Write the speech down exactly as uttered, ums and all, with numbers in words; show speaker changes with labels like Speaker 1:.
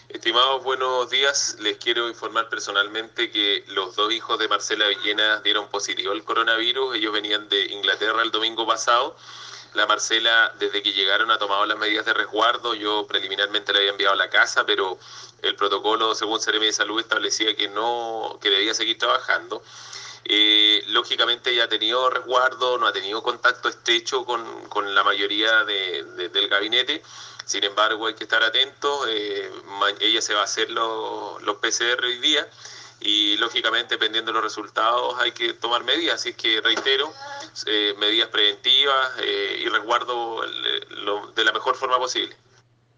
Speaker 1: Estimados, buenos días. Les quiero informar personalmente que los dos hijos de Marcela Villena dieron positivo al coronavirus. Ellos venían de Inglaterra el domingo pasado. La Marcela, desde que llegaron, ha tomado las medidas de resguardo. Yo preliminarmente la había enviado a la casa, pero el protocolo, según Seremi de Salud, establecía que no, que debía seguir trabajando. Eh, lógicamente ella ha tenido resguardo, no ha tenido contacto estrecho con, con la mayoría de, de, del gabinete. Sin embargo, hay que estar atentos. Eh, ella se va a hacer los, los P C R hoy día y lógicamente, dependiendo de los resultados, hay que tomar medidas. Así es que reitero, eh, medidas preventivas eh, y resguardo el, lo, de la mejor forma posible.